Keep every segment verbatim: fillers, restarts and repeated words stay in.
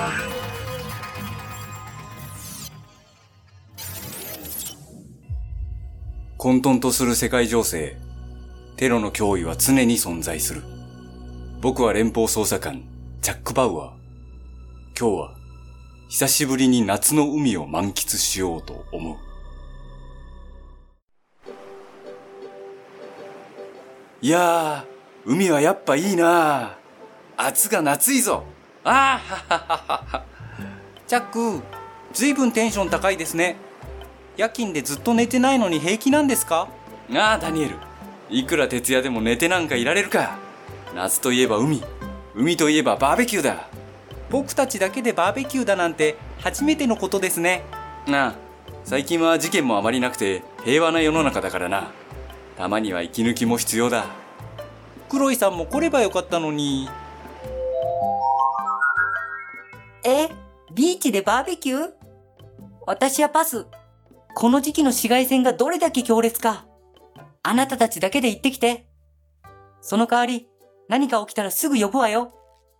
混沌とする世界情勢、テロの脅威は常に存在する。僕は連邦捜査官、ジャック・バウアー。今日は、久しぶりに夏の海を満喫しようと思う。いやー、海はやっぱいいなあ。暑が夏いぞ。あーはははは。 チャック、ずいぶんテンション高いですね。夜勤でずっと寝てないのに平気なんですか？ ああ、ダニエル。いくら徹夜でも寝てなんかいられるか。夏といえば海。海といえばバーベキューだ。 僕たちだけでバーベキューだなんて初めてのことですね。 ああ、最近は事件もあまりなくて平和な世の中だからな。たまには息抜きも必要だ。 黒井さんも来ればよかったのに。 え、ビーチでバーベキュー？私はパス。この時期の紫外線がどれだけ強烈か。あなたたちだけで行ってきて。その代わり、何か起きたらすぐ呼ぶわよ。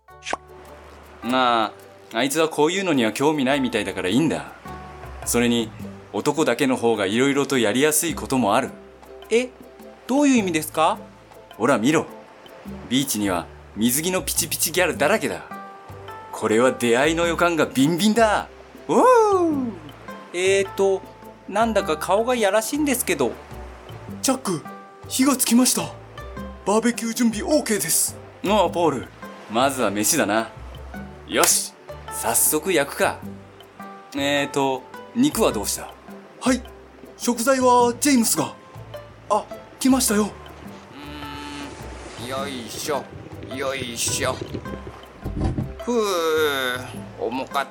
まあ、あいつはこういうのには興味ないみたいだからいいんだ。それに、男だけの方が色々とやりやすいこともある。 え、どういう意味ですか？ ほら見ろ。ビーチには水着のピチピチギャルだらけだ。これは出会いの予感がビンビンだ。おー！ えーと、なんだか顔がやらしいんですけど。 チャック、火がつきました。バーベキュー準備 OK です。 おう、ポール。まずは飯だな。よし、早速焼くか。えーと、肉はどうした？ はい、食材はジェームスが。あ、来ましたよ。 うーん、よいしょ、よいしょ。ふう、重かった。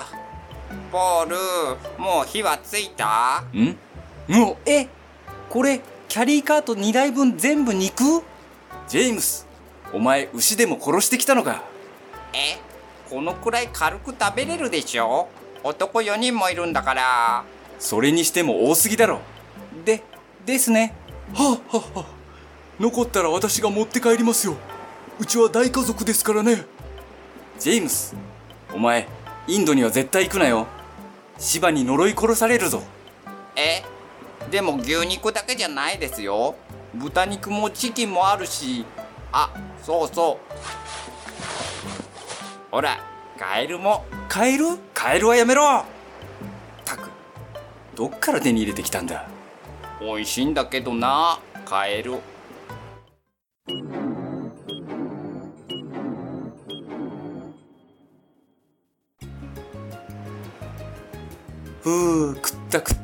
ポール、もう火はついた？ ん？もう、 え、これキャリーカートにだいぶん全部肉？ ジェームス、お前牛でも殺してきたのか？ え、このくらい軽く食べれるでしょ？男よにんもいるんだから。 それにしても多すぎだろ。 で、ですね。 はあ、はあはあ、残ったら私が持って帰りますよ。うちは大家族ですからね。 ジェームス、お前インドには絶対行くなよ。芝に呪い殺されるぞ。 え、でも牛肉だけじゃないですよ。豚肉もチキンもあるし。あ、そうそう。ほら、カエルも。 カエル？カエルはやめろ。ったく、どっから手に入れてきたんだ。 美味しいんだけどな、カエル。 ふう、食った食った。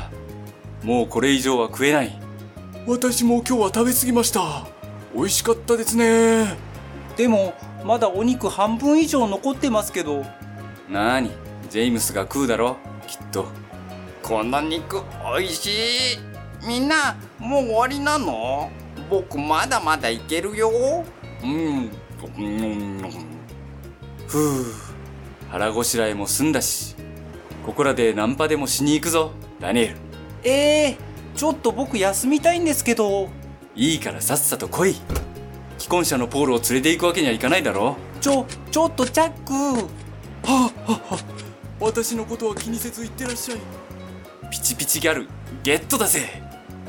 もうこれ以上は食えない。 私も今日は食べ過ぎました。美味しかったですね。 でもまだお肉半分以上残ってますけど。 なーに、ジェームスが食うだろ、きっと。 この肉おいしい。みんなもう終わりなの？僕まだまだいけるよ。 うん、うん、ふう、腹ごしらえも済んだし、ここらでナンパでもしに行くぞ、ダニエル。 えー、ちょっと僕休みたいんですけど。 いいからさっさと来い。既婚者のポールを連れて行くわけにはいかないだろ。 ちょ、ちょっとチャック。 はあ、はあ、はあ、私のことは気にせず行ってらっしゃい。 ピチピチギャルゲットだぜ。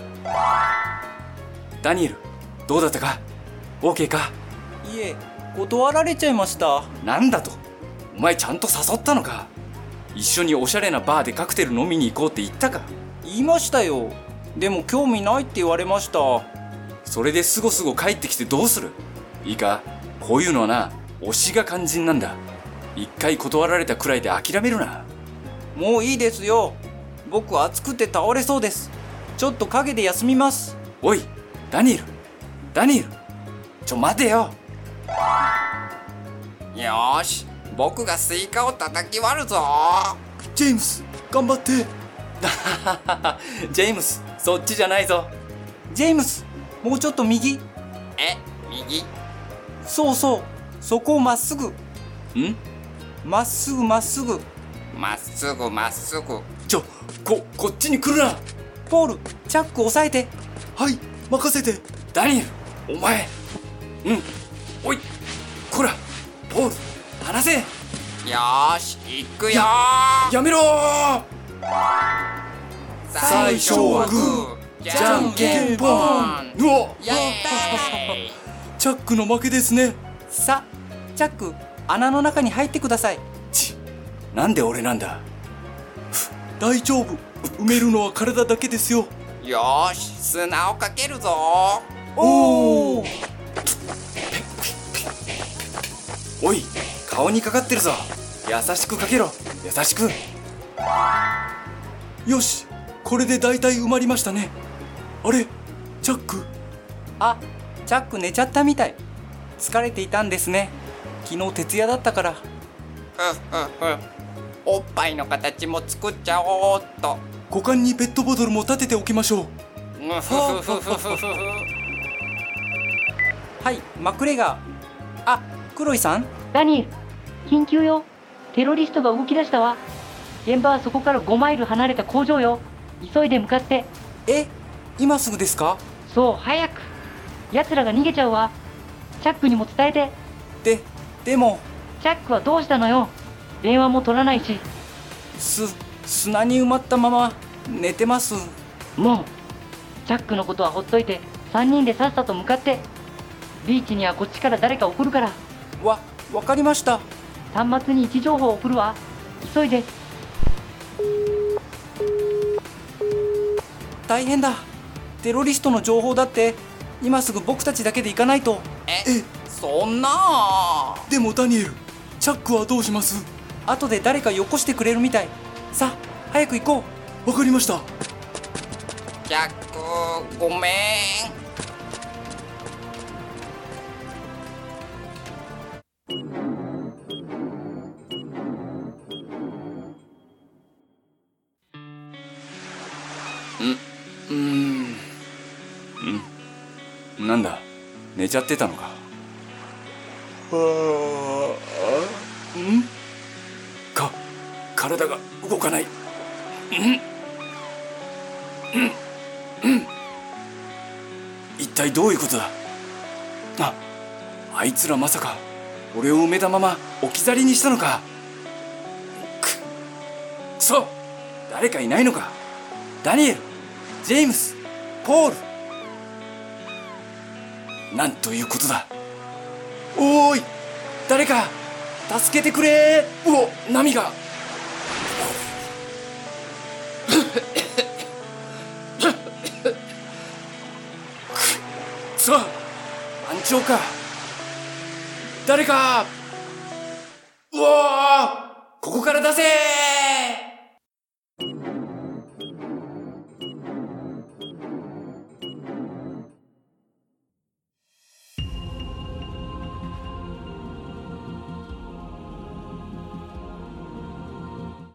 ダニエル、どうだったか？ OK か？ いえ、断られちゃいました。 なんだと？お前ちゃんと誘ったのか？一緒におしゃれなバーでカクテル飲みに行こうって言ったか？ 言いましたよ。でも興味ないって言われました。 それですごすご帰ってきてどうする？いいか、こういうのはな、推しが肝心なんだ。一回断られたくらいで諦めるな。 もういいですよ。僕暑くて倒れそうです。ちょっと陰で休みます。 おい、ダニエル、ダニエル、ちょ待てよ。 よーし、僕がスイカを叩き割るぞ。 ジェームス、頑張って。 ジェームス、そっちじゃないぞ。 ジェームス、もうちょっと右。 え、右？ そうそう、そこをまっすぐ。 ん？ まっすぐまっすぐ。 まっすぐまっすぐ。 ちょ、こ、こっちに来るな。 ポール、チャック押さえて。 はい、任せて。 ダニエル、お前。うん、おい、こら、ポール、離せ。 よーし行くよー。 やめろー。 最初はグー、じゃんけんぽん。 うわ、 イエーイ。 チャックの負けですね。 さ、チャック、穴の中に入ってください。 ち、なんで俺なんだ。 大丈夫。埋めるのは体だけですよ。 よーし、砂をかけるぞー。 おお。 おい、顔にかかってるぞ。優しくかけろ。優しく。 よし、これで大体埋まりましたね。あれ、チャック。 あ、チャック寝ちゃったみたい。疲れていたんですね。昨日徹夜だったから。 ふふふ。おっぱいの形も作っちゃおうっと。 股間にペットボトルも立てておきましょう。 ふふふふふふ。 はい、マクレガー。あ、クロイさん。 ダニエル、緊急よ。テロリストが動き出したわ。現場はそこからごマイル離れた工場よ。急いで向かって。 え、今すぐですか？ そう、早く。奴らが逃げちゃうわ。チャックにも伝えて。 で、でも、 チャックはどうしたのよ。電話も取らないし。 す、砂に埋まったまま寝てます。 もう、チャックのことはほっといて、さんにんでさっさと向かって。ビーチにはこっちから誰か送るから。 わ、わかりました。 端末に位置情報送るわ。急いで。 大変だ。テロリストの情報だって、今すぐ僕たちだけで行かないと。 え、そんなー。 でもダニエル、チャックはどうします？ 後で誰かよこしてくれるみたい。さ、早く行こわかりました。 ジャック、ごめん。 うーん。んなんだ、寝ちゃってたのか。んか、体が動かない。んうんうん一体どういうことだ。あ、あいつらまさか俺を埋めたまま置き去りにしたのか。く、くそ、誰かいないのか。ダニエル、ジェームス、ポール。なんということだ。おーい、誰か助けてくれー。うお、波が。くそ、満潮か。誰か。うわー、ここから出せー。